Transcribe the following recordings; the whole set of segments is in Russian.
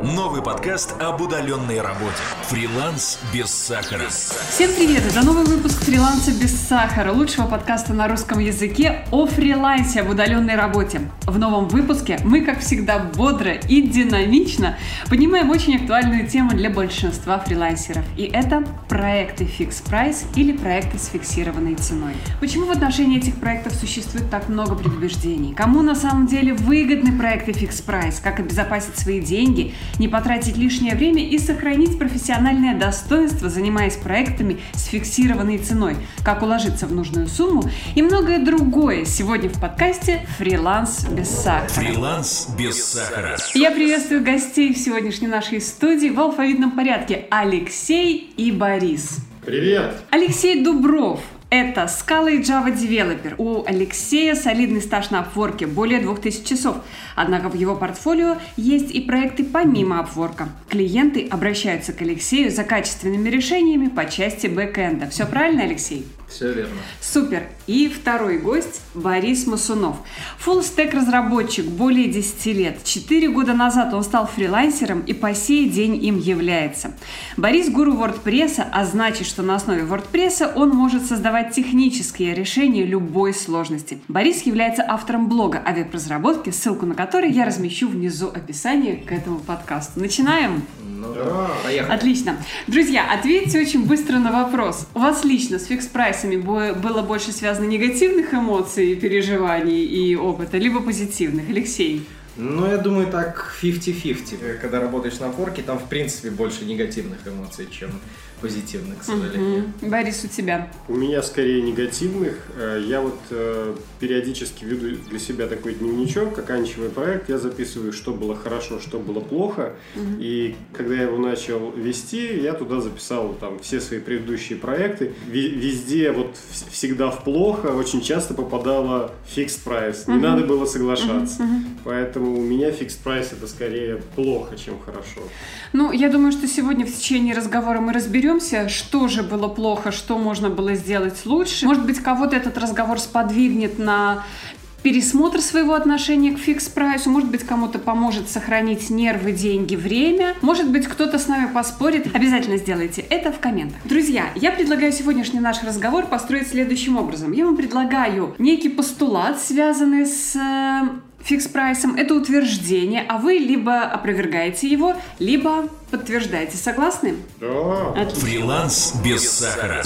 Новый подкаст об удаленной работе. Фриланс без сахара. Всем привет! Это новый выпуск «Фриланса без сахара», лучшего подкаста на русском языке о фрилансе, об удаленной работе. В новом выпуске мы, как всегда, бодро и динамично поднимаем очень актуальную тему для большинства фрилансеров. И это проекты Fixed Price или проекты с фиксированной ценой. Почему в отношении этих проектов существует так много предубеждений? Кому на самом деле выгодны проекты Fixed Price? Как обезопасить свои деньги, не потратить лишнее время и сохранить профессиональное достоинство, занимаясь проектами с фиксированной ценой, как уложиться в нужную сумму и многое другое сегодня в подкасте «Фриланс без сахара». Фриланс без сахара. Я приветствую гостей в сегодняшней нашей студии в алфавитном порядке: Алексей и Борис. Привет! Алексей Дубров. Это Scala и Java девелопер. У Алексея солидный стаж на Upwork, более 2000 часов. Однако в его портфолио есть и проекты помимо Upwork. Клиенты обращаются к Алексею за качественными решениями по части бэкэнда. Все правильно, Алексей? Все верно. Супер. И второй гость – Борис Мосунов. Фуллстек-разработчик, более 10 лет. 4 года назад он стал фрилансером и по сей день им является. Борис – гуру WordPress, а значит, что на основе WordPress он может создавать технические решения любой сложности. Борис является автором блога о веб-разработке, ссылку на который я размещу внизу описания к этому подкасту. Начинаем? Да, поехали. Отлично. Друзья, ответьте очень быстро на вопрос. У вас лично с фикс-прайсами было больше связано негативных эмоций, переживаний и опыта, либо позитивных? Алексей? Ну, я думаю, так 50-50. Когда работаешь на Upwork, там, в принципе, больше негативных эмоций, чем позитивных, к сожалению. Борис, у тебя? У меня скорее негативных. Я вот периодически веду для себя такой дневничок, оканчивая проект, я записываю, что было хорошо, что было плохо. И когда я его начал вести, я туда записал там все свои предыдущие проекты. Везде вот всегда в плохо, очень часто попадало fixed price. Не надо было соглашаться. Поэтому у меня fixed price это скорее плохо, чем хорошо. Ну, я думаю, что сегодня в течение разговора мы разберемся, что же было плохо, что можно было сделать лучше. Может быть, кого-то этот разговор сподвигнет на пересмотр своего отношения к фикс-прайсу, может быть, кому-то поможет сохранить нервы, деньги, время, может быть, кто-то с нами поспорит. Обязательно сделайте это в комментах. Друзья, я предлагаю сегодняшний наш разговор построить следующим образом. Я вам предлагаю некий постулат, связанный с фикс-прайсом. Это утверждение, а вы либо опровергаете его, либо подтверждаете. Согласны? Да. Отлично. Фриланс без сахара.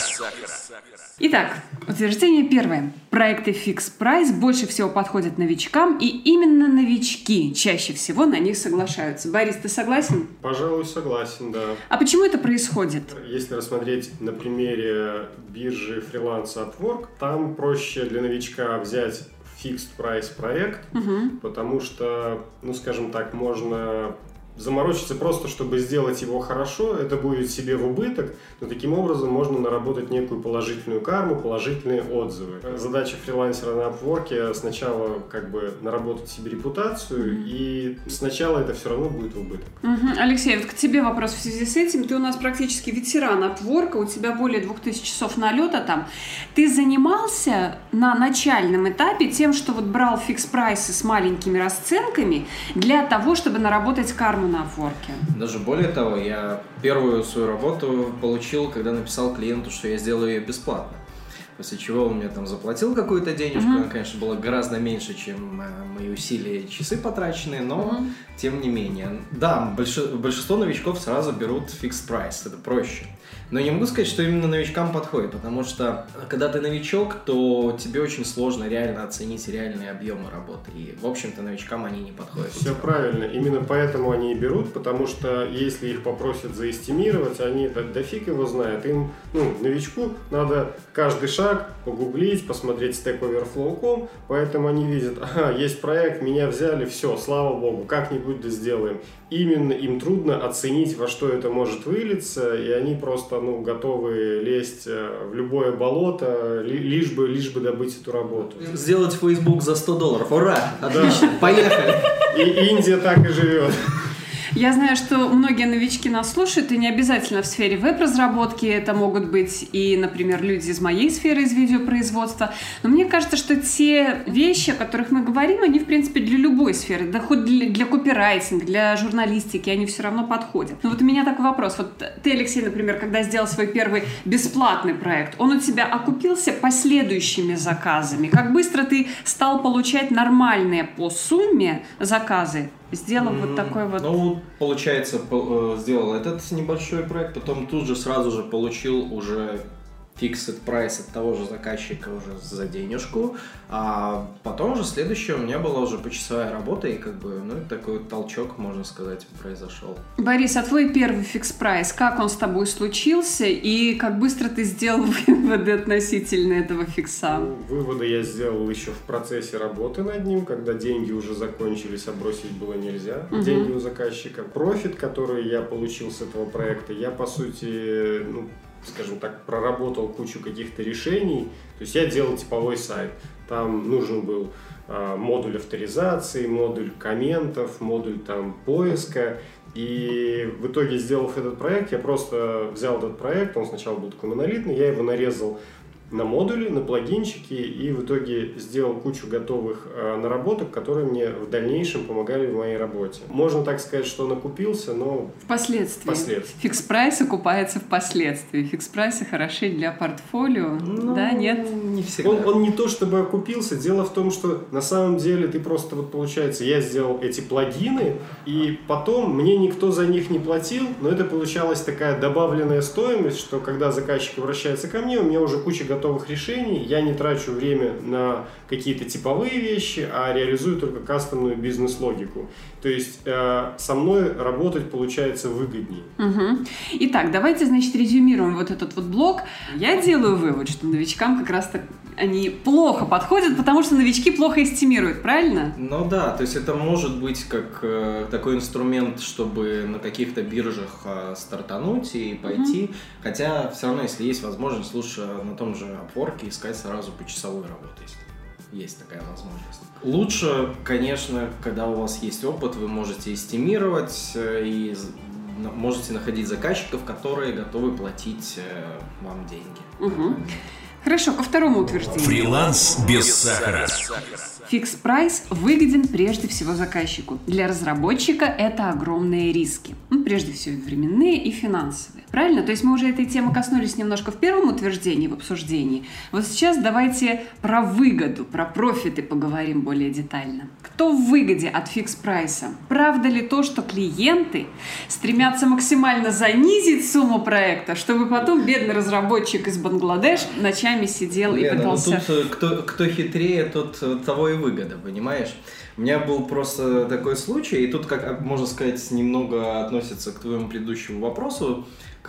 Итак, утверждение первое. Проекты Fixed Price больше всего подходят новичкам, и именно новички чаще всего на них соглашаются. Борис, ты согласен? Пожалуй, согласен, да. А почему это происходит? Если рассмотреть на примере биржи фриланса Upwork, там проще для новичка взять fixed price проект, потому что, ну, скажем так, можно заморочиться просто, чтобы сделать его хорошо, это будет себе в убыток, но таким образом можно наработать некую положительную карму, положительные отзывы. Задача фрилансера на Upwork сначала как бы наработать себе репутацию, и сначала это все равно будет в убыток. Алексей, вот к тебе вопрос в связи с этим. Ты у нас практически ветеран Upwork, у тебя более 2000 часов налета там. Ты занимался на начальном этапе тем, что вот брал фикс-прайсы с маленькими расценками для того, чтобы наработать карму на Upwork? Даже более того, я первую свою работу получил, когда написал клиенту, что я сделаю ее бесплатно. После чего он мне там заплатил какую-то денежку, она, конечно, была гораздо меньше, чем мои усилия и часы потраченные, но тем не менее. Да, большинство новичков сразу берут fixed price, это проще. Но не могу сказать, что именно новичкам подходит, потому что когда ты новичок, то тебе очень сложно реально оценить реальные объемы работы. И, в общем-то, новичкам они не подходят. Все правильно. Именно поэтому они и берут, потому что если их попросят заэстимировать, они да фиг его знают. Им, новичку надо каждый шаг погуглить, посмотреть Stack Overflow.com, поэтому они видят, есть проект, меня взяли, все, слава богу, как-нибудь да сделаем. Именно им трудно оценить, во что это может вылиться, и они просто готовы лезть в любое болото, лишь бы добыть эту работу. Сделать Facebook за $100. Ура! Отлично, поехали! И Индия так и живет. Я знаю, что многие новички нас слушают, и не обязательно в сфере веб-разработки, это могут быть и, например, люди из моей сферы, из видеопроизводства. Но мне кажется, что те вещи, о которых мы говорим, они, в принципе, для любой сферы, да хоть для копирайтинга, для журналистики, они все равно подходят. Но вот у меня такой вопрос. Вот ты, Алексей, например, когда сделал свой первый бесплатный проект, он у тебя окупился последующими заказами? Как быстро ты стал получать нормальные по сумме заказы, сделав вот такой вот... Ну, получается, сделал этот небольшой проект, потом тут же сразу же получил уже fixed price от того же заказчика уже за денежку, а потом уже следующее у меня была уже почасовая работа, и как бы, ну, такой толчок, можно сказать, произошел. Борис, а твой первый fixed price, как он с тобой случился, и как быстро ты сделал выводы относительно этого фикса? Выводы я сделал еще в процессе работы над ним, когда деньги уже закончились, а бросить было нельзя, деньги у заказчика. Профит, который я получил с этого проекта, я, по сути, скажем так, проработал кучу каких-то решений. То есть я делал типовой сайт. Там нужен был модуль авторизации, модуль комментов, модуль там поиска. И в итоге, сделав этот проект, я просто взял этот проект, он сначала был такой монолитный, я его нарезал на модули, на плагинчики, и в итоге сделал кучу готовых наработок, которые мне в дальнейшем помогали в моей работе. Можно так сказать, что он окупился, но впоследствии. Фикс-прайс окупается впоследствии. Фикс-прайсы хороши для портфолио, да, нет? Не всегда. Он не то чтобы окупился, дело в том, что на самом деле ты просто, вот получается, я сделал эти плагины, и потом мне никто за них не платил, но это получалась такая добавленная стоимость, что когда заказчик обращается ко мне, у меня уже куча готовых решений, я не трачу время на какие-то типовые вещи, а реализую только кастомную бизнес-логику. То есть со мной работать получается выгоднее. Угу. Итак, давайте, значит, резюмируем вот этот вот блок. Я делаю вывод, что новичкам как раз-то они плохо подходят, потому что новички плохо эстимируют, правильно? Ну да, то есть это может быть как такой инструмент, чтобы на каких-то биржах стартануть и пойти, хотя все равно, если есть возможность, лучше на том же Upwork искать сразу почасовую работу, если есть такая возможность. Лучше, конечно, когда у вас есть опыт, вы можете эстимировать и можете находить заказчиков, которые готовы платить вам деньги. Угу. Хорошо, ко второму утверждению. Фриланс без сахара. Фикс-прайс выгоден прежде всего заказчику. Для разработчика это огромные риски. Прежде всего и временные, и финансовые. Правильно? То есть мы уже этой темы коснулись немножко в первом утверждении, в обсуждении. Вот сейчас давайте про выгоду, про профиты поговорим более детально. Кто в выгоде от фикс-прайса? Правда ли то, что клиенты стремятся максимально занизить сумму проекта, чтобы потом бедный разработчик из Бангладеш ночами сидел и пытался... Тут кто хитрее, тот того и выгода, понимаешь? У меня был просто такой случай, и тут, как можно сказать, немного относится к твоему предыдущему вопросу,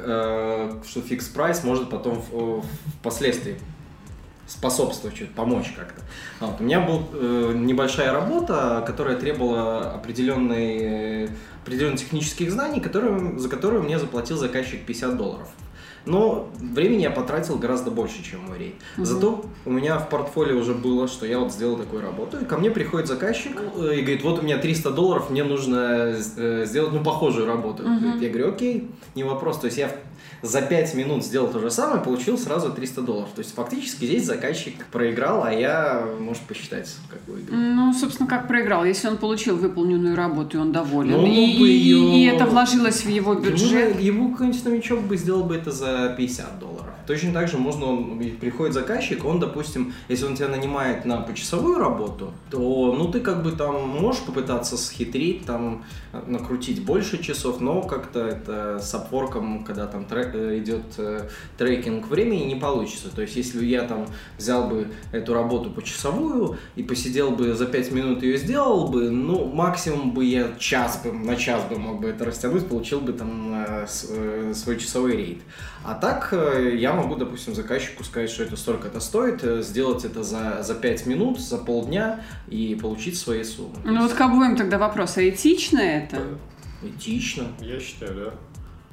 что фикс-прайс может потом впоследствии способствовать, помочь как-то. Вот. У меня была небольшая работа, которая требовала определенных технических знаний, за которые мне заплатил заказчик $50. Но времени я потратил гораздо больше, чем мой рейд. Зато у меня в портфолио уже было, что я вот сделал такую работу, и ко мне приходит заказчик и говорит, вот у меня $300, мне нужно сделать похожую работу. Я говорю, окей, не вопрос. То есть я за 5 минут сделал то же самое, получил сразу $300. То есть фактически здесь заказчик проиграл, а я, может, посчитать, как выиграл. Ну, собственно, как проиграл, если он получил выполненную работу, и он доволен. И это вложилось в его бюджет. Его какой-нибудь новичок бы сделал бы это за $50. Точно так же приходит заказчик, он, допустим, если он тебя нанимает на почасовую работу, то ты как бы там можешь попытаться схитрить, там накрутить больше часов, но как-то это с Upwork'ом, когда там идет трекинг времени, не получится. То есть если я там взял бы эту работу почасовую и посидел бы за 5 минут ее сделал бы, максимум бы я на час бы мог бы это растянуть, получил бы там свой часовой рейд. А так я могу, допустим, заказчику сказать, что это столько-то стоит, сделать это за 5 минут, за полдня и получить свои суммы. Вот к обоим тогда вопрос, а этично это? Этично. Я считаю, да.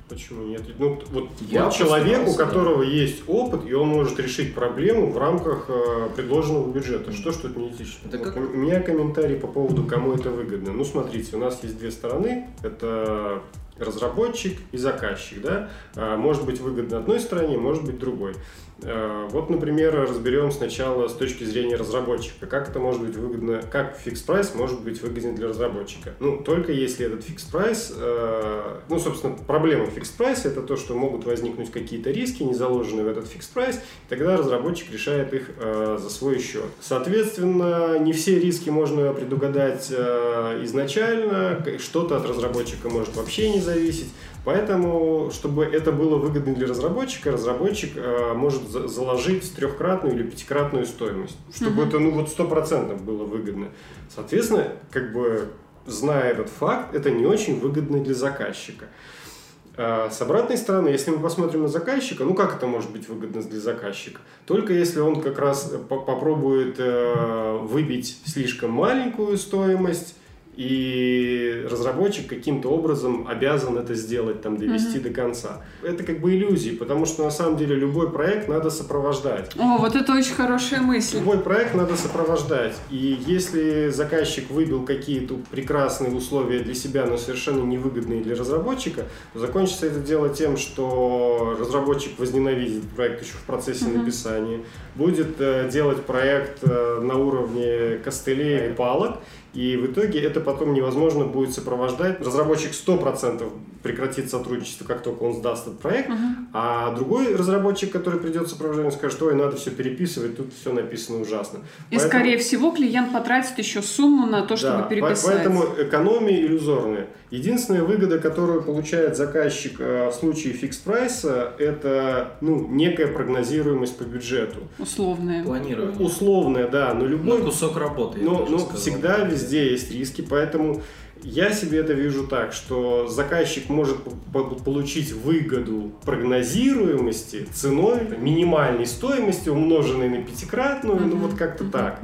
Почему нет? Ну, вот Я человек, у которого есть опыт, и он может решить проблему в рамках предложенного бюджета. Что ж тут неэтично? Вот у меня комментарий по поводу, кому это выгодно. Ну, смотрите, у нас есть две стороны. Это разработчик и заказчик, да? Может быть выгодно одной стороне, может быть другой. Вот, например, разберем сначала с точки зрения разработчика. Как это может быть выгодно, как fixed price может быть выгоден для разработчика? Ну, только если этот fixed price, ну, собственно, проблема fixed price это то, что могут возникнуть какие-то риски, не заложенные в этот fixed price, и тогда разработчик решает их за свой счет. Соответственно, не все риски можно предугадать изначально, что-то от разработчика может вообще не зависеть. Поэтому, чтобы это было выгодно для разработчика, разработчик может заложить трехкратную или пятикратную стоимость, чтобы это, ну, вот 100% было выгодно. Соответственно, как бы, зная этот факт, это не очень выгодно для заказчика. С обратной стороны, если мы посмотрим на заказчика, ну как это может быть выгодно для заказчика? Только если он как раз попробует выбить слишком маленькую стоимость, и разработчик каким-то образом обязан это сделать, там, довести до конца. Это как бы иллюзии, потому что на самом деле любой проект надо сопровождать. О, вот это очень хорошая мысль. Любой проект надо сопровождать. И если заказчик выбил какие-то прекрасные условия для себя, но совершенно невыгодные для разработчика, то закончится это дело тем, что разработчик возненавидит проект еще в процессе написания, будет делать проект на уровне костылей и палок, и в итоге это потом невозможно будет сопровождать. Разработчик 100% прекратит сотрудничество, как только он сдаст этот проект, а другой разработчик, который придет сопровождать, скажет, ой, надо все переписывать, тут все написано ужасно. И, скорее всего, клиент потратит еще сумму на то, чтобы переписать. Поэтому экономия иллюзорная. Единственная выгода, которую получает заказчик в случае фикс-прайса, это, ну, некая прогнозируемость по бюджету. Условная. Планирование. Условная, да, но любой... Ну, кусок работы. Но всегда везде есть риски, поэтому я себе это вижу так, что заказчик может получить выгоду прогнозируемости ценой минимальной стоимости, умноженной на пятикратную, ну вот как-то так.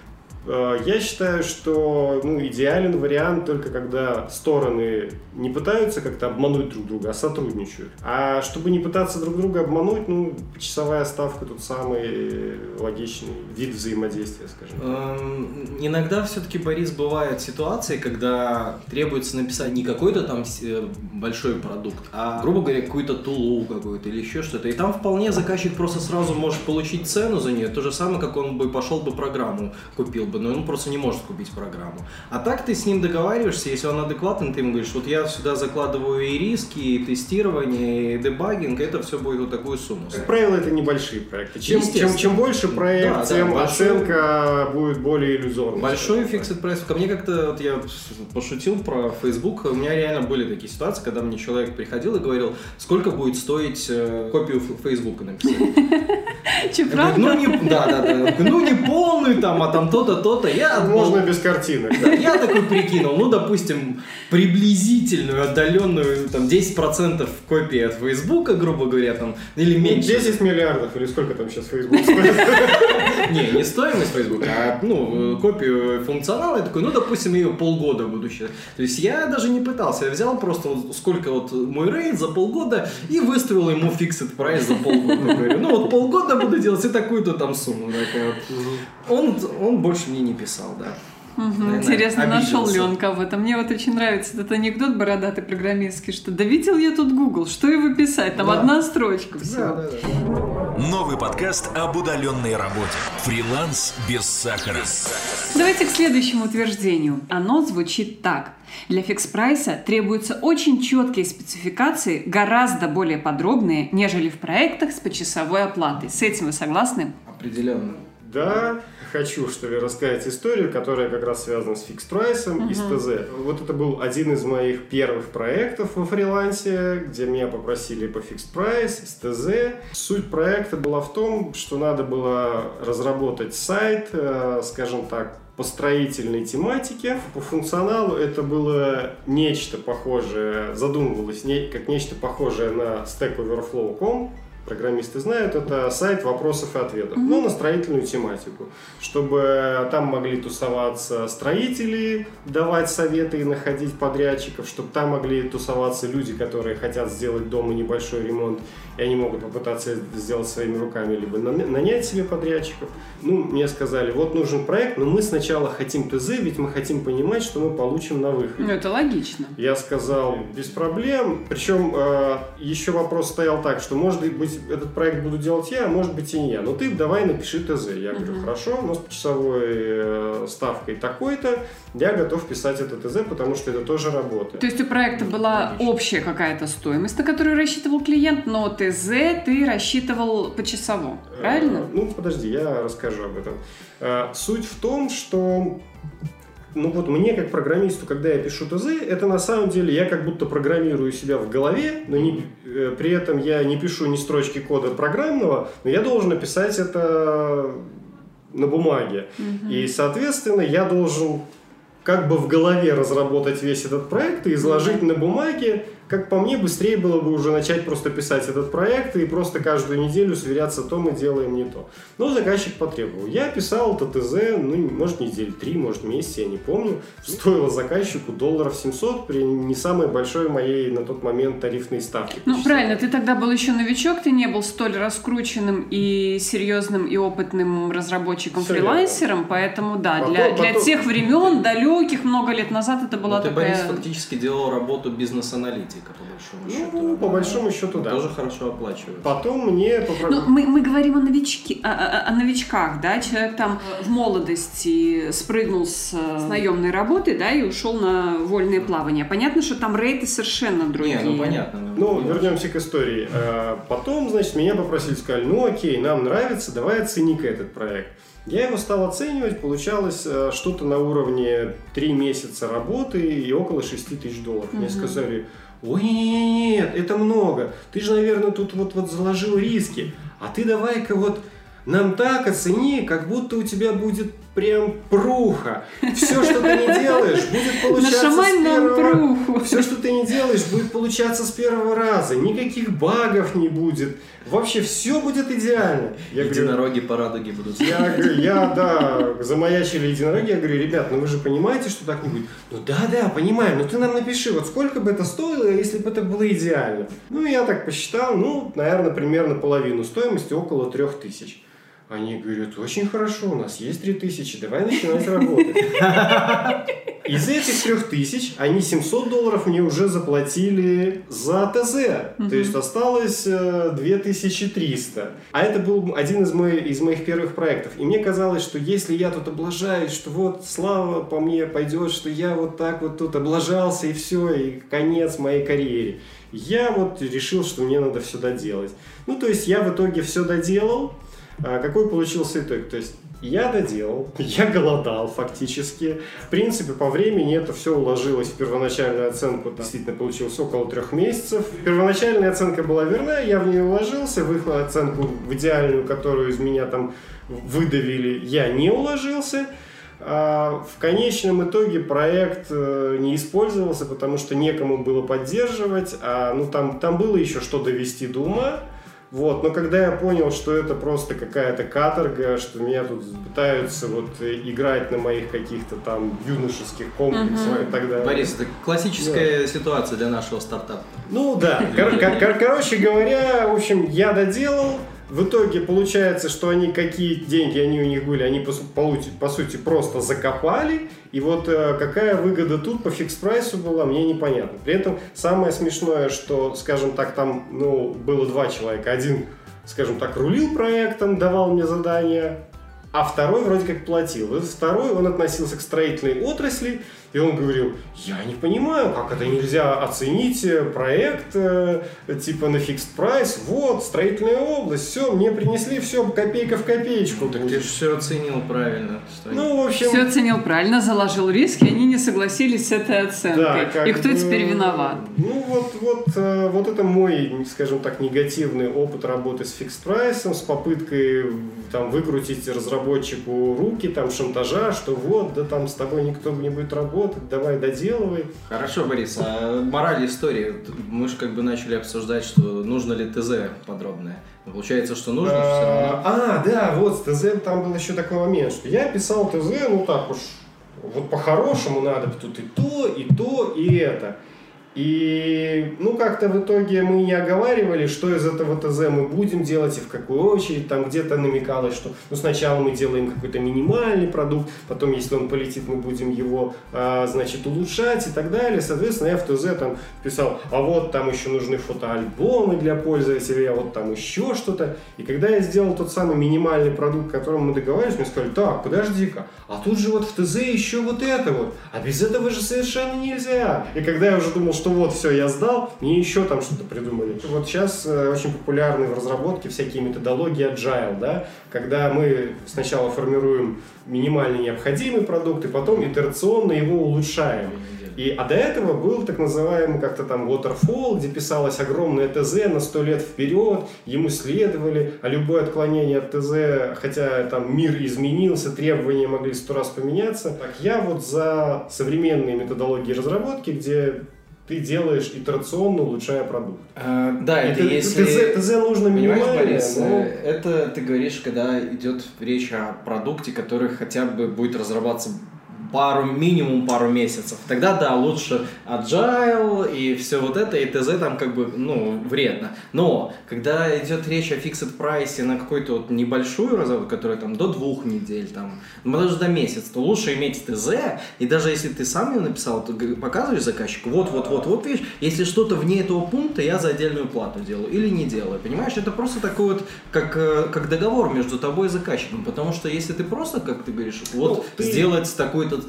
Я считаю, что, ну, идеален вариант только когда стороны не пытаются как-то обмануть друг друга, а сотрудничают. А чтобы не пытаться друг друга обмануть, ну, часовая ставка тут самый логичный вид взаимодействия, скажем. Иногда все-таки, Борис, бывают ситуации, когда требуется написать не какой-то там большой продукт, а, грубо говоря, какую-то тулу какую-то или еще что-то. И там вполне заказчик просто сразу может получить цену за нее, то же самое, как он бы пошел бы программу купил, но он просто не может купить программу. А так ты с ним договариваешься, если он адекватный, ты ему говоришь, вот я сюда закладываю и риски, и тестирование, и дебагинг, это все будет вот такую сумму. Как правило, это небольшие проекты. Чем больше проект, тем оценка будет более иллюзорной. Большой фиксед прайс. Ко мне как-то, вот я пошутил про Facebook, у меня реально были такие ситуации, когда мне человек приходил и говорил, сколько будет стоить копию Facebook написать. Че, правда? Ну не полную там, а там то-то. Можно без картинок. Да, я такой прикинул, ну, допустим, приблизительную, отдаленную, там, 10% копии от Фейсбука, грубо говоря, там, или меньше. 10 миллиардов, или сколько там сейчас Фейсбук стоит? Не стоимость Фейсбука, а, ну, копию функционала, я такой, ну, допустим, ее полгода буду считать. То есть я даже не пытался, я взял просто вот сколько вот мой рейд за полгода и выставил ему фиксед прайс за полгода. Говорю, ну, вот полгода буду делать и такую-то там сумму. Он больше мне не писал, да. Интересно, нашел ли он кого-то. Мне вот очень нравится этот анекдот бородатый программистский, что да видел я тут Google, что его писать, там одна строчка, все. Новый подкаст об удаленной работе. Фриланс без сахара. Давайте к следующему утверждению. Оно звучит так. Для фикс-прайса требуются очень четкие спецификации, гораздо более подробные, нежели в проектах с почасовой оплатой. С этим вы согласны? Определенно. Да, хочу, что ли, рассказать историю, которая как раз связана с фикс-прайсом и с ТЗ. Вот это был один из моих первых проектов во фрилансе, где меня попросили по фикс-прайс, с ТЗ. Суть проекта была в том, что надо было разработать сайт, скажем так, по строительной тематике. По функционалу это было нечто похожее, задумывалось как нечто похожее на Stack Overflow.com. программисты знают, это сайт вопросов и ответов, но на строительную тематику, чтобы там могли тусоваться строители, давать советы и находить подрядчиков, чтобы там могли тусоваться люди, которые хотят сделать дома небольшой ремонт, и они могут попытаться сделать своими руками, либо нанять себе подрядчиков. Мне сказали, вот нужен проект, но мы сначала хотим ТЗ, ведь мы хотим понимать, что мы получим на выходе. Это логично. Я сказал, без проблем. Причем еще вопрос стоял так, что может быть этот проект буду делать я, а может быть и не я. Но ты давай напиши ТЗ. Я говорю, хорошо, но с почасовой ставкой такой-то я готов писать это ТЗ, потому что это тоже работа. То есть у проекта была общая какая-то стоимость, на которую рассчитывал клиент, но ТЗ ты рассчитывал почасово, правильно? Подожди, я расскажу об этом. Суть в том, что мне как программисту, когда я пишу ТЗ, это на самом деле я как будто программирую себя в голове, но при этом я не пишу ни строчки кода программного, но я должен написать это на бумаге. И, соответственно, я должен как бы в голове разработать весь этот проект и изложить на бумаге. Как по мне, быстрее было бы уже начать просто писать этот проект и просто каждую неделю сверяться, то мы делаем не то. Но заказчик потребовал. Я писал это ТЗ, может, недели 3, может, месяц, я не помню. Стоило заказчику $700 при не самой большой моей на тот момент тарифной ставке. Правильно, ты тогда был еще новичок, ты не был столь раскрученным и серьезным и опытным разработчиком-фрилансером, поэтому для тех времен, далеких, много лет назад это была такая... Ты, Борис, фактически делал работу бизнес-аналитика. По большому счету, да. Тоже хорошо оплачивают. Потом мне... Мы говорим о новичках, да? Человек там в молодости спрыгнул с наемной работы, да, и ушел на вольное плавание. Понятно, что там рейты совершенно другие. Понятно. Вернемся к истории. Потом, значит, меня попросили, сказали, окей, нам нравится, давай оцени-ка этот проект. Я его стал оценивать, получалось что-то на уровне 3 месяца работы и около $6000. Мне сказали, ой, нет, это много, ты же, наверное, тут вот заложил риски, а ты давай-ка нам так оцени, как будто у тебя будет прям пруха. Все, что ты не делаешь, будет получаться с первого... Все, что ты не делаешь, будет получаться с первого раза. Никаких багов не будет. Вообще все будет идеально. Единороги по радуге будут. Замаячили единороги. Я говорю, ребят, вы же понимаете, что так не будет? Да, понимаем, но ты нам напиши, сколько бы это стоило, если бы это было идеально. Я так посчитал, наверное, примерно половину стоимости, около 3000. Они говорят, очень хорошо, у нас есть 3000, давай начинать работать. Из этих 3000 они $700 мне уже заплатили за ТЗ. То есть осталось 2300. А это был один из моих первых проектов. И мне казалось, что если я тут облажаюсь, что слава по мне пойдет, что я так тут облажался и все, и конец моей карьере. Я решил, что мне надо все доделать. То есть я в итоге все доделал. Какой получился итог? То есть я доделал, я голодал фактически. В принципе, по времени это все уложилось в первоначальную оценку. Действительно, получилось около 3 месяцев. Первоначальная оценка была верна, я в нее уложился. В их оценку, в идеальную, которую из меня там выдавили, я не уложился. В конечном итоге проект не использовался, потому что некому было поддерживать. Там было еще что довести до ума. Но когда я понял, что это просто какая-то каторга, что меня тут пытаются играть на моих каких-то там юношеских комплексах и так далее. Борис, это классическая ситуация для нашего стартапа. Короче говоря, в общем, я доделал. В итоге получается, что какие деньги у них были, они по сути просто закопали. И какая выгода тут по фикс-прайсу была, мне непонятно. При этом самое смешное, что, скажем так, там было 2 человека. Один, скажем так, рулил проектом, давал мне задания, а второй вроде как платил. Второй, он относился к строительной отрасли, и он говорил, я не понимаю, как это нельзя оценить проект на фикст прайс, строительная область, все, мне принесли, все, копейка в копеечку. Так ты же все оценил правильно. В общем... Все оценил правильно, заложил риски, они не согласились с этой оценкой. Да, и кто теперь виноват? Это мой, скажем так, негативный опыт работы с фикст прайсом, с попыткой выкрутить разработчику руки, шантажа, что с тобой никто не будет работать, работать, давай доделывай. Хорошо, Борис, а мораль истории, мы же как бы начали обсуждать, что нужно ли ТЗ подробное. Получается, что нужно все равно. Да, вот с ТЗ там был еще такой момент, что я писал ТЗ, ну так уж, вот по-хорошему надо тут и то, и это. И, ну, как-то в итоге мы не оговаривали, что из этого ТЗ мы будем делать и в какую очередь. Там где-то намекалось, что ну, сначала мы делаем какой-то минимальный продукт, потом, если он полетит, мы будем его, значит, улучшать и так далее. Соответственно, я в ТЗ там писал, а вот там еще нужны фотоальбомы для пользователя, а вот там еще что-то. И когда я сделал тот самый минимальный продукт, о котором мы договаривались, мне сказали, так, подожди-ка, а тут же вот в ТЗ еще вот это вот, а без этого же совершенно нельзя. И когда я уже думал, что вот все, я сдал, мне еще там что-то придумали. Вот сейчас очень популярны в разработке всякие методологии Agile, да, когда мы сначала формируем минимально необходимый продукт, и потом итерационно его улучшаем. А до этого был так называемый как-то там waterfall, где писалось огромное ТЗ на 100 лет вперед, ему следовали, а любое отклонение от ТЗ, хотя там мир изменился, требования могли 100 раз поменяться. Так я вот за современные методологии разработки, где ты делаешь итерационно, улучшая продукт. Да, это если... ТЗ нужно минимально. Понимаешь, Борис, это ты говоришь, когда идет речь о продукте, который хотя бы будет разрабатываться минимум пару месяцев. Тогда, да, лучше agile и все вот это, и ТЗ там как бы, ну, вредно. Но, когда идет речь о fixed прайсе на какую-то вот небольшую разработку, которая там до 2 недель, там, даже до месяца, то лучше иметь ТЗ, и даже если ты сам ее написал, то показываешь заказчику, вот, видишь, если что-то вне этого пункта, я за отдельную плату делаю или не делаю, понимаешь? Это просто такой вот, как договор между тобой и заказчиком, потому что если ты просто, как ты говоришь, вот сделать такой-то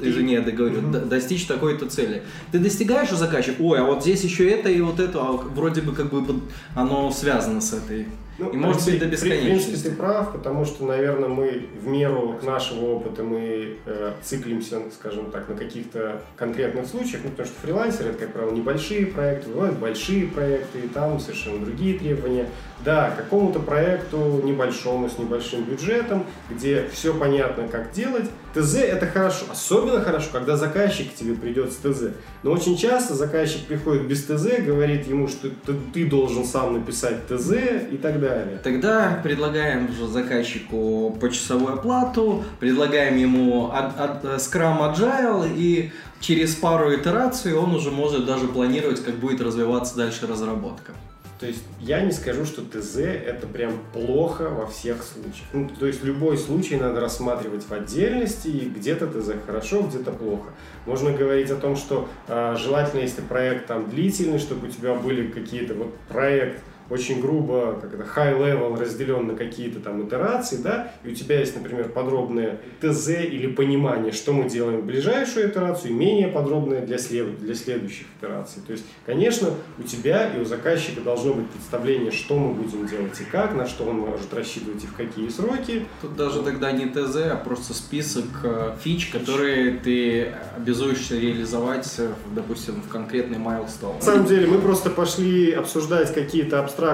достичь такой-то цели. Ты достигаешь, у заказчика, ой, а вот здесь еще это и вот это, а вроде бы как бы оно связано с этой. Ну, и может быть до бесконечности. В принципе, ты прав, потому что, наверное, мы в меру нашего опыта мы циклимся, скажем так, на каких-то конкретных случаях, ну, потому что фрилансеры, это, как правило, небольшие проекты, бывают большие проекты, и там совершенно другие требования. Да, какому-то проекту небольшому, с небольшим бюджетом, где все понятно, как делать. ТЗ это хорошо, особенно хорошо, когда заказчик к тебе придет с ТЗ. Но очень часто заказчик приходит без ТЗ, говорит ему, что ты должен сам написать ТЗ и так далее. Тогда предлагаем уже заказчику почасовую оплату, предлагаем ему Scrum Agile, и через пару итераций он уже может даже планировать, как будет развиваться дальше разработка. То есть я не скажу, что ТЗ это прям плохо во всех случаях. Ну, то есть любой случай надо рассматривать в отдельности, и где-то ТЗ хорошо, где-то плохо. Можно говорить о том, что желательно, если проект там длительный, чтобы у тебя были какие-то вот проект очень грубо, как это, high-level разделен на какие-то там итерации, да, и у тебя есть, например, подробное ТЗ или понимание, что мы делаем в ближайшую итерацию, и менее подробное для следующих итераций. То есть, конечно, у тебя и у заказчика должно быть представление, что мы будем делать и как, на что он может рассчитывать и в какие сроки. Тут даже тогда не ТЗ, а просто список фич, которые ты обязуешься реализовать, допустим, в конкретный milestone. На самом деле, мы просто пошли обсуждать какие-то абстрактные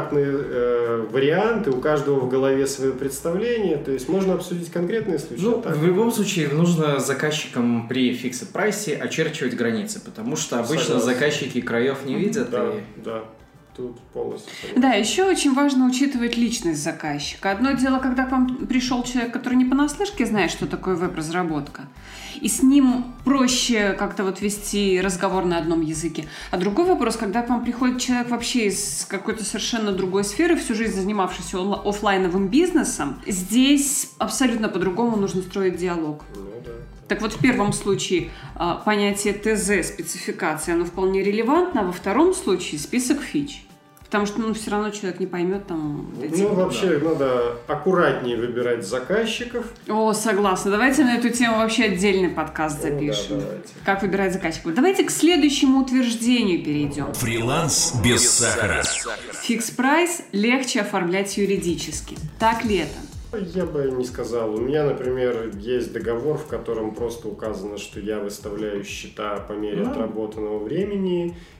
варианты, у каждого в голове свое представление, то есть можно обсудить конкретные случаи. Ну, в любом случае, нужно заказчикам при fixed прайсе очерчивать границы, потому что обычно заказчики краев не видят. Да. Тут полностью. Да, еще очень важно учитывать личность заказчика. Одно дело, когда к вам пришел человек, который не понаслышке знает, что такое веб-разработка, и с ним проще как-то вот вести разговор на одном языке. А другой вопрос, когда к вам приходит человек вообще из какой-то совершенно другой сферы, всю жизнь занимавшийся офлайновым бизнесом, здесь абсолютно по-другому нужно строить диалог. Так вот, в первом случае понятие ТЗ, спецификация, оно вполне релевантно, а во втором случае список фич. Потому что все равно человек не поймет там... вообще надо аккуратнее выбирать заказчиков. О, согласна. Давайте на эту тему вообще отдельный подкаст запишем. Да, давайте. Как выбирать заказчиков. Давайте к следующему утверждению перейдем. Фриланс без сахара. Фикс-прайс легче оформлять юридически. Так ли это? Я бы не сказал. У меня, например, есть договор, в котором просто указано, что я выставляю счета по мере отработанного времени,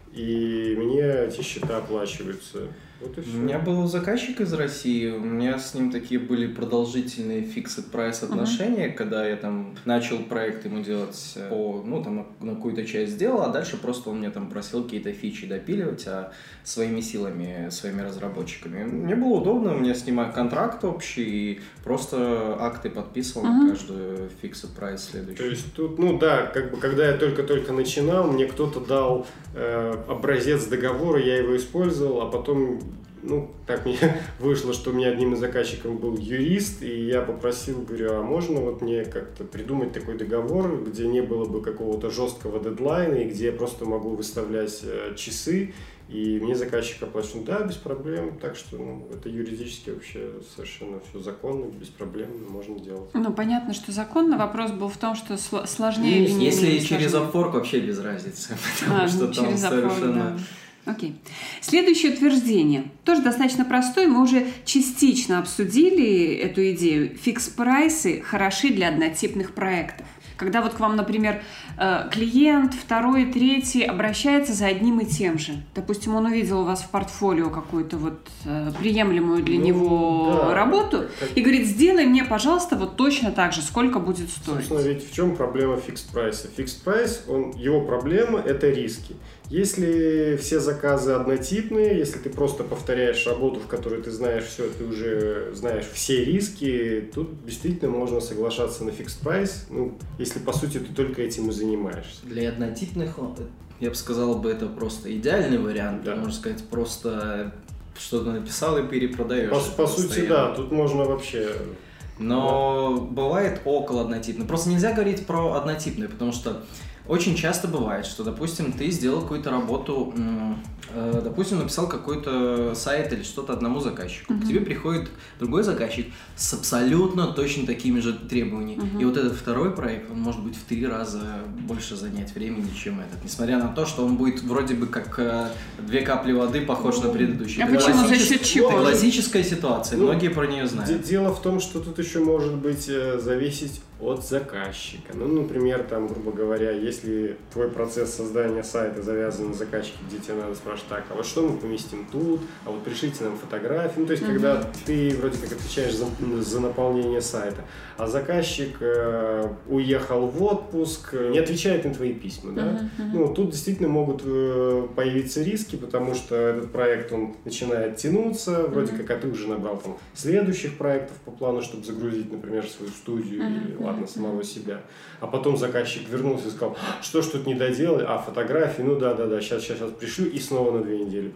и мне эти счета оплачиваются. Вот и все. У меня был заказчик из России, у меня с ним такие были продолжительные fixed price отношения, когда я там начал проект ему делать на какую-то часть сделал, а дальше просто он мне там просил какие-то фичи допиливать, своими силами, своими разработчиками. Мне было удобно, у меня с ним контракт общий, и просто акты подписывал на каждую fixed price следующий. То есть тут, когда я только-только начинал, мне кто-то дал образец договора, я его использовал, а потом так мне вышло, что у меня одним из заказчиков был юрист, и я попросил, говорю, а можно вот мне как-то придумать такой договор, где не было бы какого-то жесткого дедлайна, и где я просто могу выставлять часы, и мне заказчик оплачивает. Да, без проблем, так что это юридически вообще совершенно все законно, без проблем можно делать. Понятно, что законно. Вопрос был в том, что сложнее или не Если через Upwork, вообще без разницы, потому что там совершенно... Окей. Следующее утверждение. Тоже достаточно простое. Мы уже частично обсудили эту идею. Фикс-прайсы хороши для однотипных проектов. Когда вот к вам, например, клиент, второй, третий обращается за одним и тем же. Допустим, он увидел у вас в портфолио какую-то приемлемую для него работу и говорит, сделай мне, пожалуйста, вот точно так же, сколько будет стоить. Собственно, ведь в чем проблема фикс-прайса? Фикс-прайс, его проблема – это риски. Если все заказы однотипные, если ты просто повторяешь работу, в которой ты знаешь все, ты уже знаешь все риски, тут действительно можно соглашаться на фикс прайс, если по сути ты только этим и занимаешься. Для однотипных, я бы сказал, это просто идеальный вариант, можно сказать, просто что-то написал и перепродаешь. По сути, да, тут можно вообще... Но бывает около однотипных. Просто нельзя говорить про однотипные, потому что очень часто бывает, что, допустим, ты сделал какую-то работу, допустим, написал какой-то сайт или что-то одному заказчику. К тебе приходит другой заказчик с абсолютно точно такими же требованиями. И вот этот второй проект, он может быть в 3 раза больше занять времени, чем этот. Несмотря на то, что он будет вроде бы как 2 капли воды похож на предыдущий. А почему? За счет чего? Это классическая ситуация, многие про нее знают. Дело в том, что тут еще может быть зависеть от заказчика. Например, грубо говоря, если твой процесс создания сайта завязан на заказчике, где тебе надо спрашивать, так, а вот что мы поместим тут, а вот пришлите нам фотографии. То есть, когда ты вроде как отвечаешь за наполнение сайта, а заказчик уехал в отпуск, не отвечает на твои письма, да? Тут действительно могут появиться риски, потому что этот проект, он начинает тянуться, вроде как, а ты уже набрал следующих проектов по плану, чтобы загрузить, например, свою студию или самого себя. А потом заказчик вернулся и сказал, что ж тут не доделали, фотографии, да, сейчас пришлю, и снова на 2 недели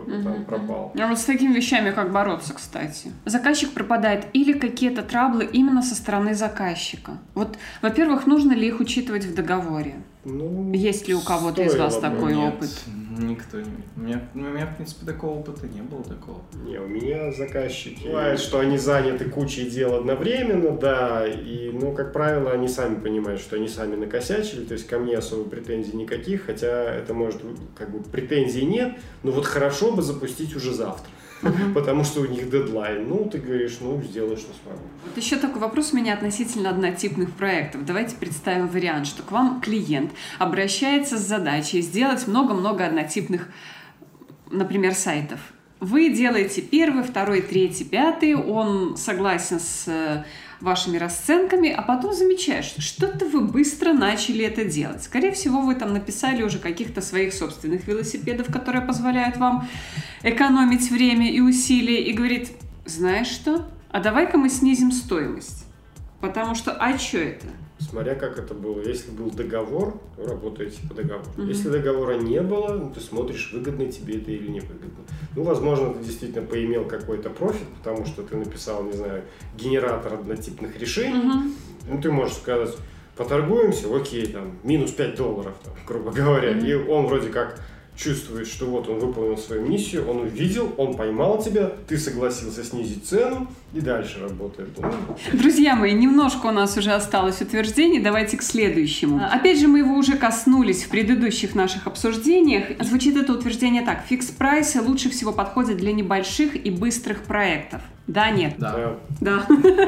пропал. А вот с такими вещами как бороться, кстати? Заказчик пропадает или какие-то траблы именно со стороны заказчика? Вот, во-первых, нужно ли их учитывать в договоре? Есть ли у кого-то из вас такой опыт? Никто не... У меня, в принципе, такого опыта не было такого. Не, у меня заказчики... Бывает, что они заняты кучей дел одновременно, да, и, как правило, они сами понимают, что они сами накосячили, то есть ко мне особо претензий никаких, хотя это может, претензий нет, но вот хорошо бы запустить уже завтра. Потому что у них дедлайн. Ты говоришь, сделай, что смогу. Вот еще такой вопрос у меня относительно однотипных проектов. Давайте представим вариант, что к вам клиент обращается с задачей сделать много-много однотипных, например, сайтов. Вы делаете 1, 2, 3, 5, он согласен с вашими расценками, а потом замечаешь, что что-то вы быстро начали это делать. Скорее всего, вы написали уже каких-то своих собственных велосипедов, которые позволяют вам экономить время и усилия, и говорит, знаешь что, а давай-ка мы снизим стоимость. Потому что, что это? Смотря как это было. Если был договор, вы работаете по договору. Если договора не было, ты смотришь, выгодно тебе это или невыгодно. Возможно, ты действительно поимел какой-то профит, потому что ты написал, не знаю, генератор однотипных решений. Ты можешь сказать, поторгуемся, окей, минус $5, грубо говоря. И он вроде как чувствует, что вот он выполнил свою миссию, он увидел, он поймал тебя, ты согласился снизить цену и дальше работает. Друзья мои, немножко у нас уже осталось утверждений, давайте к следующему. Опять же, мы его уже коснулись в предыдущих наших обсуждениях. Звучит это утверждение так. Фикс-прайсы лучше всего подходят для небольших и быстрых проектов. Да, нет? Да.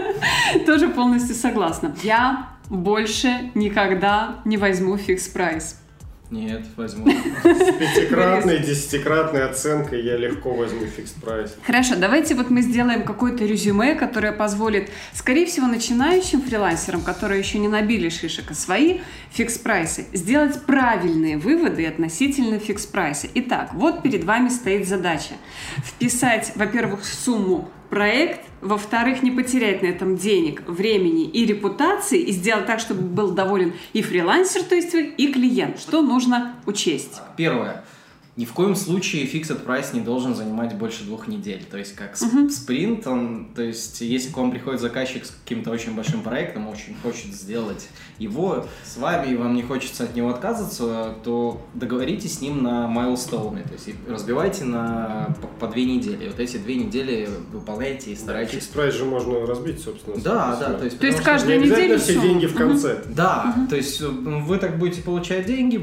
Тоже полностью согласна. Я больше никогда не возьму фикс-прайс. Нет, возьму. С 5-кратной, 10-кратной оценкой я легко возьму фикс прайс. Хорошо, давайте вот мы сделаем какое-то резюме, которое позволит, скорее всего, начинающим фрилансерам, которые еще не набили шишек, а свои фикс-прайсы, сделать правильные выводы относительно фикс-прайса. Итак, вот перед вами стоит задача вписать, во-первых, сумму проект, во-вторых, не потерять на этом денег, времени и репутации, и сделать так, чтобы был доволен и фрилансер, то есть вы, и клиент. Что нужно учесть? Первое. Ни в коем случае fixed price не должен занимать больше 2 недель. То есть, как спринт, то есть, если к вам приходит заказчик с каким-то очень большим проектом, очень хочет сделать его с вами, и вам не хочется от него отказываться, то договоритесь с ним на майлстоуны, то есть, разбивайте по 2 недели. Вот эти 2 недели выполняйте и старайтесь. Фикс прайс же можно разбить, собственно. Да. То есть каждую неделю все деньги в конце. Да, то есть вы так будете получать деньги,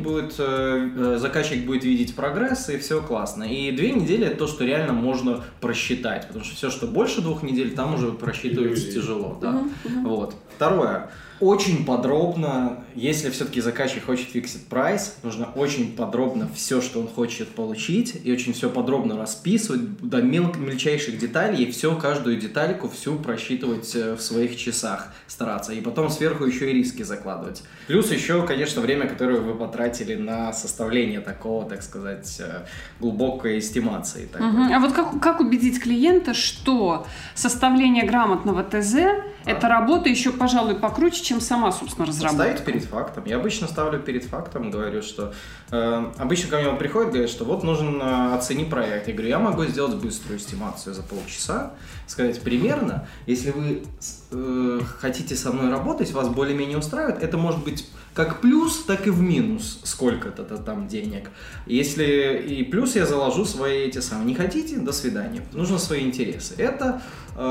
заказчик будет видеть прогресс, и все классно. И 2 недели это то, что реально можно просчитать, потому что все, что больше 2 недель, там уже просчитывается тяжело. Да. Вот. Второе. Очень подробно, если все-таки заказчик хочет fixed price, нужно очень подробно все, что он хочет получить, и очень все подробно расписывать до мельчайших деталей, и каждую детальку всю просчитывать в своих часах, стараться. И потом сверху еще и риски закладывать. Плюс еще, конечно, время, которое вы потратили на составление такого, так сказать, глубокой эстимации. А вот как убедить клиента, что составление грамотного ТЗ это работа еще, пожалуй, покруче, чем сама, собственно, разработка? Ставить перед фактом. Я обычно ставлю перед фактом, говорю, что... обычно ко мне приходят, говорят, что вот нужен оцени проект. Я говорю, я могу сделать быструю эстимацию за полчаса, сказать примерно, если вы хотите со мной работать, вас более-менее устраивает, это может быть как плюс, так и в минус сколько-то там денег. Если и плюс я заложу свои эти самые. Не хотите? До свидания. Нужно свои интересы. Это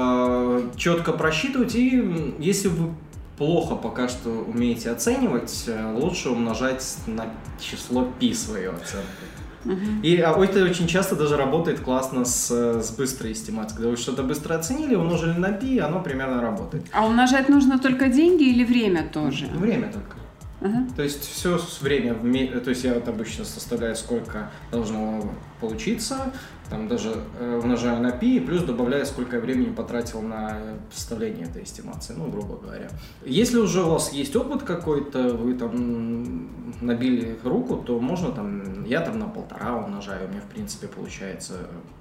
четко просчитывать, и если вы плохо пока что умеете оценивать, лучше умножать на число π свою оценку. И это очень часто даже работает классно с быстрой эстимацией. Когда вы что-то быстро оценили, умножили на π, оно примерно работает. А умножать нужно только деньги или время тоже? Время только. То есть все время, то есть я вот обычно составляю, сколько должно получиться, там даже умножаю на π, плюс добавляю, сколько я времени потратил на составление этой эстимации, грубо говоря. Если уже у вас есть опыт какой-то, вы там набили руку, то можно я на 1,5 умножаю, у меня в принципе получается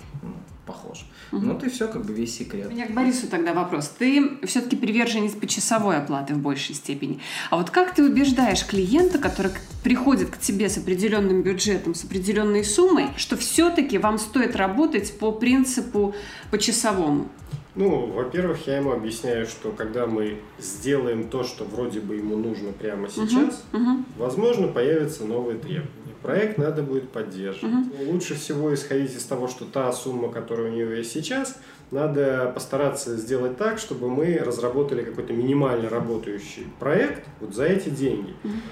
похож. Вот и все, весь секрет. У меня к Борису тогда вопрос. Ты все-таки приверженец почасовой оплаты в большей степени. А вот как ты убеждаешь клиента, который приходит к тебе с определенным бюджетом, с определенной суммой, что все-таки вам стоит работать по принципу почасовому? Во-первых, я ему объясняю, что когда мы сделаем то, что вроде бы ему нужно прямо сейчас, возможно, появятся новые требования. Проект надо будет поддерживать. Лучше всего исходить из того, что та сумма, которая у него есть сейчас, надо постараться сделать так, чтобы мы разработали какой-то минимально работающий проект вот за эти деньги.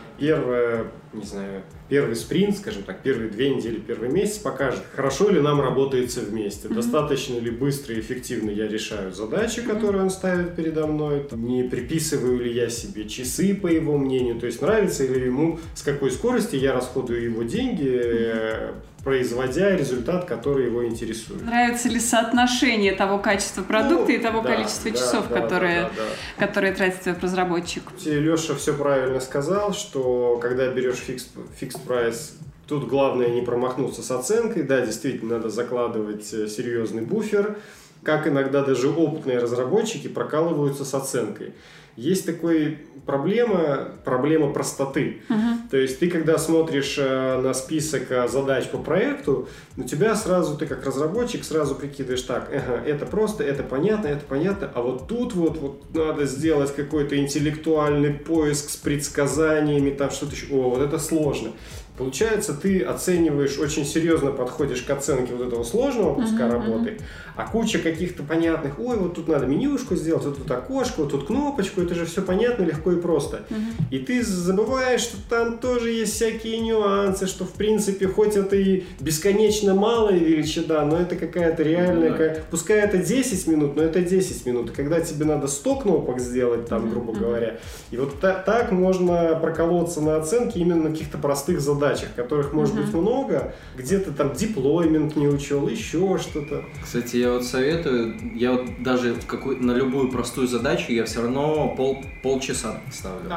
Первый спринт, скажем так, первые 2 недели, первый месяц покажет, хорошо ли нам работается вместе, достаточно ли быстро и эффективно я решаю задачи, которые он ставит передо мной, не приписываю ли я себе часы, по его мнению, то есть нравится ли ему, с какой скоростью я расходую его деньги, производя результат, который его интересует. Нравится ли соотношение того качества продукта и того количества часов, которые тратит твой разработчик? Леша все правильно сказал, что когда берешь фикс прайс, тут главное не промахнуться с оценкой. Да, действительно, надо закладывать серьезный буфер. Как иногда даже опытные разработчики прокалываются с оценкой. Есть такая проблема простоты. То есть ты, когда смотришь на список задач по проекту, у тебя сразу, ты как разработчик, сразу прикидываешь, так, это просто, это понятно, а вот тут вот надо сделать какой-то интеллектуальный поиск с предсказаниями, там что-то еще, вот это сложно. Получается, ты оцениваешь, очень серьезно подходишь к оценке вот этого сложного куска работы, а куча каких-то понятных, вот тут надо менюшку сделать, вот тут окошко, вот тут кнопочку, это же все понятно, легко и просто. И ты забываешь, что там тоже есть всякие нюансы, что в принципе, хоть это и бесконечно малая величина, но это какая-то реальная, пускай это 10 минут, но это 10 минут, когда тебе надо 100 кнопок сделать, там, грубо говоря, и вот так можно проколоться на оценке именно каких-то простых задач. задачах, которых может быть много, где-то там деплоймент не учел, еще что-то. Кстати, я вот советую, я вот даже на любую простую задачу я все равно полчаса ставлю.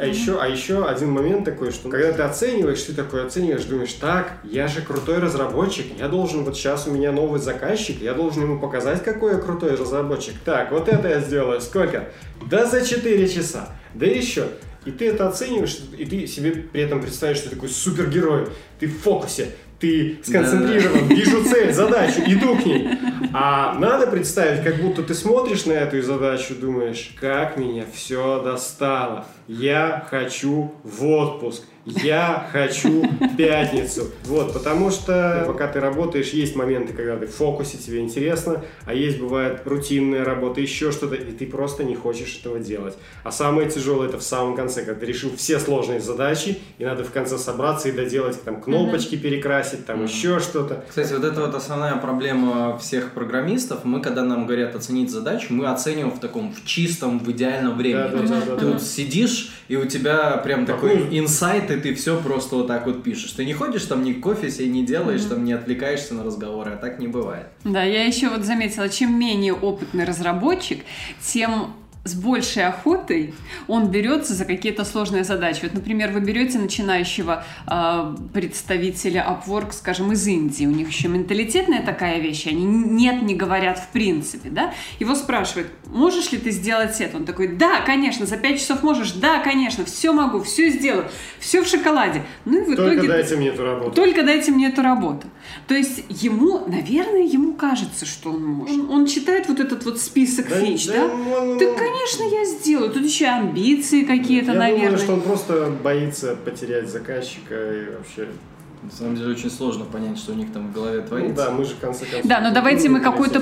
Еще один момент такой, что когда ты оцениваешь, думаешь, так, я же крутой разработчик, я должен, вот сейчас у меня новый заказчик, я должен ему показать, какой я крутой разработчик. Так, вот это я сделаю. Сколько? Да за 4 часа. Да еще. И ты это оцениваешь, и ты себе при этом представишь, что ты такой супергерой, ты в фокусе, ты сконцентрирован, вижу цель, задачу, иду к ней. А надо представить, как будто ты смотришь на эту задачу, думаешь, как меня все достало. Я хочу в отпуск. Я хочу пятницу. Вот, потому что пока ты работаешь, есть моменты, когда ты в фокусе, тебе интересно, а есть, бывает, рутинная работа, еще что-то, и ты просто не хочешь этого делать. А самое тяжелое это в самом конце, когда ты решил все сложные задачи, и надо в конце собраться и доделать, там, кнопочки перекрасить, там, еще что-то. Кстати, вот это вот основная проблема всех программистов. Мы, когда нам говорят оценить задачу, мы оцениваем в чистом, в идеальном времени. Ты вот сидишь, и у тебя прям такой инсайт, и ты все просто вот так вот пишешь. Ты не ходишь там, ни кофе себе не делаешь, там не отвлекаешься на разговоры, а так не бывает. Да, я еще вот заметила, чем менее опытный разработчик, тем с большей охотой он берется за какие-то сложные задачи. Вот, например, вы берете начинающего представителя Upwork, скажем, из Индии. У них еще менталитетная такая вещь. Они нет, не говорят в принципе, да? Его спрашивают, можешь ли ты сделать это? Он такой, да, конечно, за 5 часов можешь, да, конечно, все могу, все сделаю, все в шоколаде. Ну и в итоге... Только дайте мне эту работу. Только дайте мне эту работу. То есть ему, наверное, ему кажется, что он может. Он читает вот этот вот список фич, да? Конечно, я сделаю. Тут еще амбиции какие-то, наверное. Я думаю, что он просто боится потерять заказчика и вообще... На самом деле очень сложно понять, что у них там в голове творится. Ну, да, мы же в конце концов... Да, но давайте мы какой-то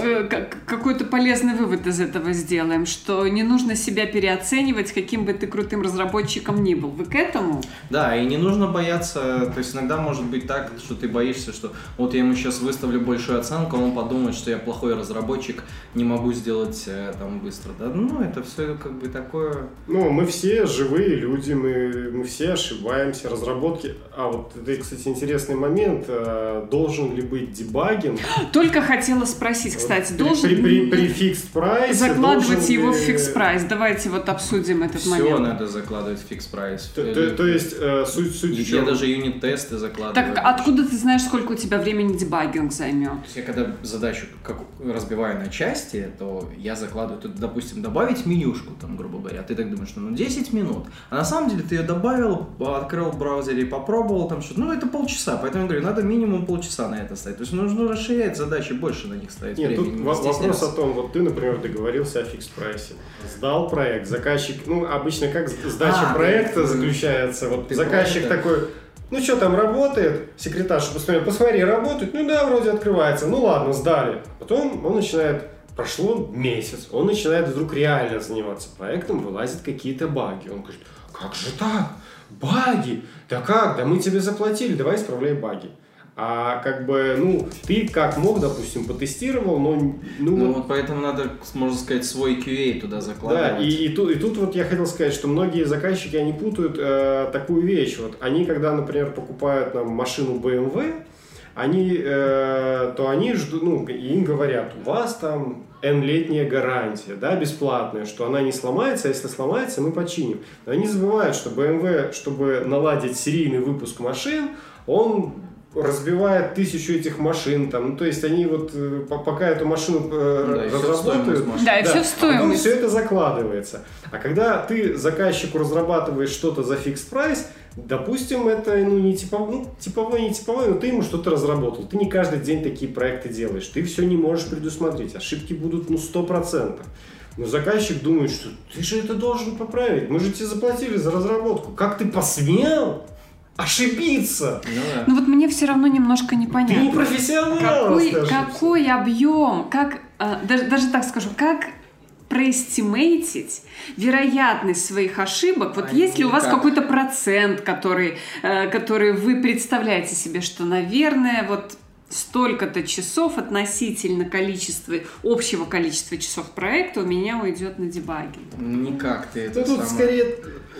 полезный вывод из этого сделаем, что не нужно себя переоценивать, каким бы ты крутым разработчиком ни был. Вы к этому? Да, и не нужно бояться, то есть иногда может быть так, что ты боишься, что вот я ему сейчас выставлю большую оценку, он подумает, что я плохой разработчик, не могу сделать там быстро. Да? Ну, это все как бы такое... Ну, мы все живые люди, мы все ошибаемся, разработки... А вот это, кстати, интересный момент. Должен ли быть дебагинг? Только хотела спросить, кстати. Должен при fixed price закладывать его в fixed price. Давайте вот обсудим этот момент. Все надо закладывать в fixed price. То есть суть в чем? Я даже юнит-тесты закладываю. Так откуда ты знаешь, сколько у тебя времени дебагинг займет? То есть я когда задачу разбиваю на части, то я закладываю, тут, допустим, добавить менюшку, там, грубо говоря. Ты так думаешь, ну 10 минут. А на самом деле ты ее добавил, открыл в браузере, попробовал там что-то. Ну, это полчаса, поэтому я говорю, надо минимум полчаса на это ставить. То есть нужно расширять задачи, больше на них ставить. Нет, тут вопрос о том, вот ты, например, договорился о фикс-прайсе, сдал проект, заказчик, ну, обычно как сдача проекта заключается, вот заказчик такой, ну, что там работает, секретарша посмотри, работает, ну, да, вроде открывается, ну, ладно, сдали. Потом он начинает, прошло месяц, он начинает вдруг реально заниматься проектом, вылазят какие-то баги, он говорит, как же так? Баги? Да как? Да мы тебе заплатили, давай исправляй баги. А как бы, ну, ты как мог, допустим, потестировал, но... Ну вот поэтому надо, можно сказать, свой QA туда закладывать. Да, и тут вот я хотел сказать, что многие заказчики, они путают такую вещь. Вот они, когда, например, покупают нам машину BMW, то они ждут, ну, им говорят, у вас там N-летняя гарантия, да, бесплатная, что она не сломается, а если сломается, мы починим. Но они забывают, что BMW, чтобы наладить серийный выпуск машин, он разбивает 1000 этих машин, там, ну, то есть они вот пока эту машину разработают, и все в стоимость. Все это закладывается. А когда ты заказчику разрабатываешь что-то за fixed price, допустим, это не типовой, но ты ему что-то разработал. Ты не каждый день такие проекты делаешь. Ты все не можешь предусмотреть. Ошибки будут 100%. Но заказчик думает, что ты же это должен поправить. Мы же тебе заплатили за разработку. Как ты посмел ошибиться? Ну вот мне все равно немножко непонятно. Ты не профессионал. Какой объем? Даже так скажу, как проэстимейтить вероятность своих ошибок? Вот есть ли у вас какой-то процент, который вы представляете себе, что, наверное, вот столько-то часов относительно общего количества часов проекта у меня уйдет на дебаги. Никак ты это тут скорее...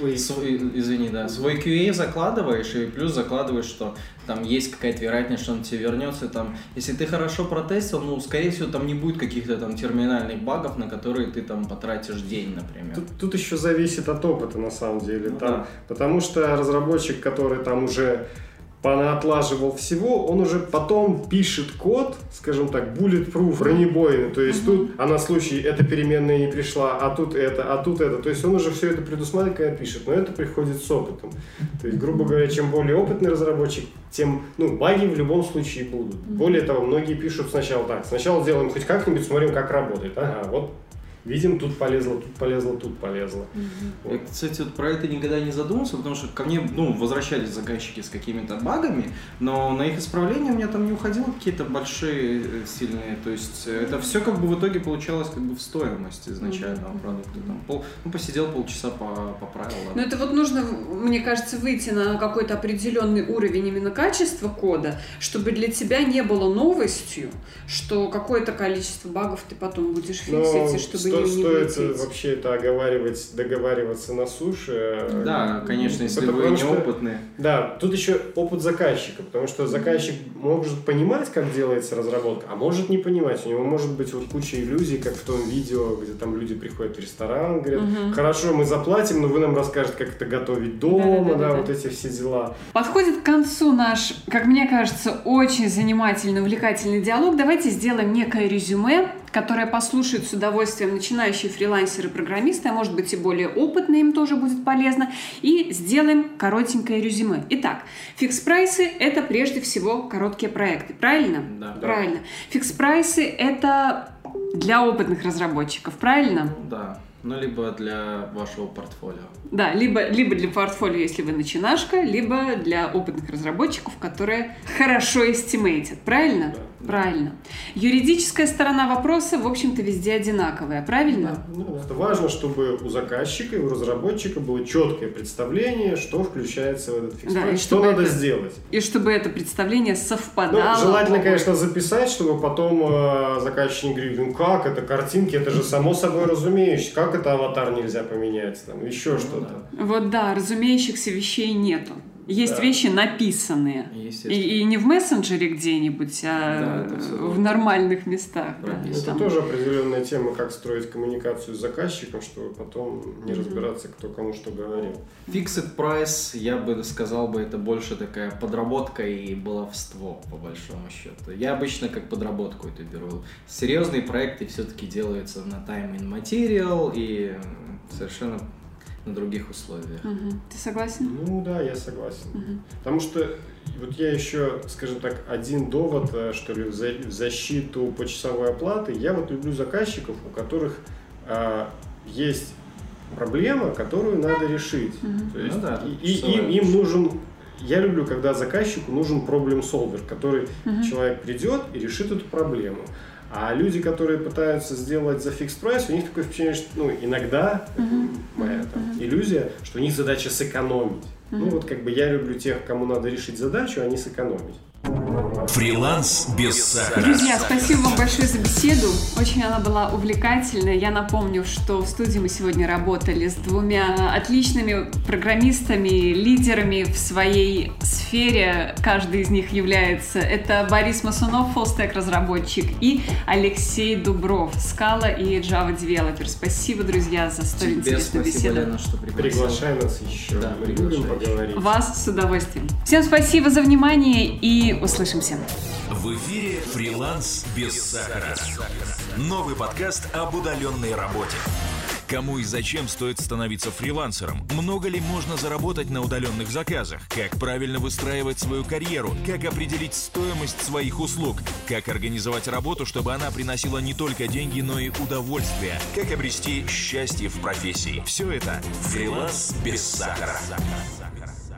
свой QA закладываешь, и плюс закладываешь, что там есть какая-то вероятность, что он тебе вернется. Там, если ты хорошо протестил, ну, скорее всего, там не будет каких-то там терминальных багов, на которые ты там потратишь день, например. Тут еще зависит от опыта, на самом деле. Потому что разработчик, который там уже понаотлаживал всего, он уже потом пишет код, скажем так, bulletproof, бронебойный. То есть тут, на случай, эта переменная не пришла, а тут это. То есть он уже все это предусматривает, когда пишет. Но это приходит с опытом. То есть, грубо говоря, чем более опытный разработчик, тем, баги в любом случае будут. Более того, многие пишут сначала так. Сначала делаем хоть как-нибудь, смотрим, как работает. Вот. Видим, тут полезло, тут полезло. Вот. Я, кстати, вот про это никогда не задумывался, потому что ко мне, возвращались заказчики с какими-то багами, но на их исправление у меня там не уходило какие-то большие, сильные, то есть это все как бы в итоге получалось как бы в стоимости изначального продукта. Там посидел полчаса, поправил. Но это вот нужно, мне кажется, выйти на какой-то определенный уровень именно качества кода, чтобы для тебя не было новостью, что какое-то количество багов ты потом будешь фиксить, и чтобы стоит вообще это договариваться на суше. Да, конечно, если вы неопытные. Да, тут еще опыт заказчика, потому что заказчик может понимать, как делается разработка, а может не понимать. У него может быть вот куча иллюзий, как в том видео, где там люди приходят в ресторан, говорят, хорошо, мы заплатим, но вы нам расскажете, как это готовить дома, вот эти все дела. Подходит к концу наш, как мне кажется, очень занимательный, увлекательный диалог. Давайте сделаем некое резюме, которое послушают с удовольствием начинающие фрилансеры-программисты, а может быть и более опытные, им тоже будет полезно, и сделаем коротенькое резюме. Итак, фикс-прайсы – это прежде всего короткие проекты, правильно? Да. Правильно. Фикс-прайсы – это для опытных разработчиков, правильно? Да. Либо для вашего портфолио. Да, либо для портфолио, если вы начинашка, либо для опытных разработчиков, которые хорошо эстимейтят. Правильно? Да. Правильно. Юридическая сторона вопроса, в общем-то, везде одинаковая. Правильно? Это важно, чтобы у заказчика и у разработчика было четкое представление, что включается в этот фикс-прайс, что надо сделать. И чтобы это представление совпадало. Желательно, конечно, записать, чтобы потом заказчик не говорил, как это, картинки, это же само собой разумеющееся, как это аватар нельзя поменять, там, еще что-то. Вот да, разумеющихся вещей нету. Есть вещи написанные. И не в мессенджере где-нибудь, а в нормальных местах. Это тоже определенная тема, как строить коммуникацию с заказчиком, чтобы потом не разбираться, кто кому что говорил. Fixed price, я бы сказал, это больше такая подработка и баловство, по большому счету. Я обычно как подработку это беру. Серьезные проекты все-таки делаются на time and material и совершенно на других условиях. Ты согласен? Да, я согласен. Потому что вот я еще, скажем так, один довод, что ли, в защиту почасовой оплаты. Я вот люблю заказчиков, у которых есть проблема, которую надо решить. То есть, им нужен... Я люблю, когда заказчику нужен проблем-солвер, который человек придет и решит эту проблему. А люди, которые пытаются сделать за фикс прайс, у них такое впечатление, что иногда моя иллюзия, что у них задача сэкономить. Вот как бы я люблю тех, кому надо решить задачу, а не сэкономить. Фриланс без сахара. Друзья, спасибо вам большое за беседу. Очень она была увлекательная. Я напомню, что в студии мы сегодня работали с двумя отличными программистами, лидерами в своей сфере. Каждый из них является. Это Борис Масунов, фуллстек-разработчик, и Алексей Дубров, Scala и Java Developer. Спасибо, друзья, за столь интересную беседу. Лена, что приглашай нас еще. Да, мы любим поговорить. Вас с удовольствием. Всем спасибо за внимание и услышимся. В эфире «Фриланс без сахара». Новый подкаст об удаленной работе. Кому и зачем стоит становиться фрилансером? Много ли можно заработать на удаленных заказах? Как правильно выстраивать свою карьеру? Как определить стоимость своих услуг? Как организовать работу, чтобы она приносила не только деньги, но и удовольствие? Как обрести счастье в профессии? Все это «Фриланс без сахара».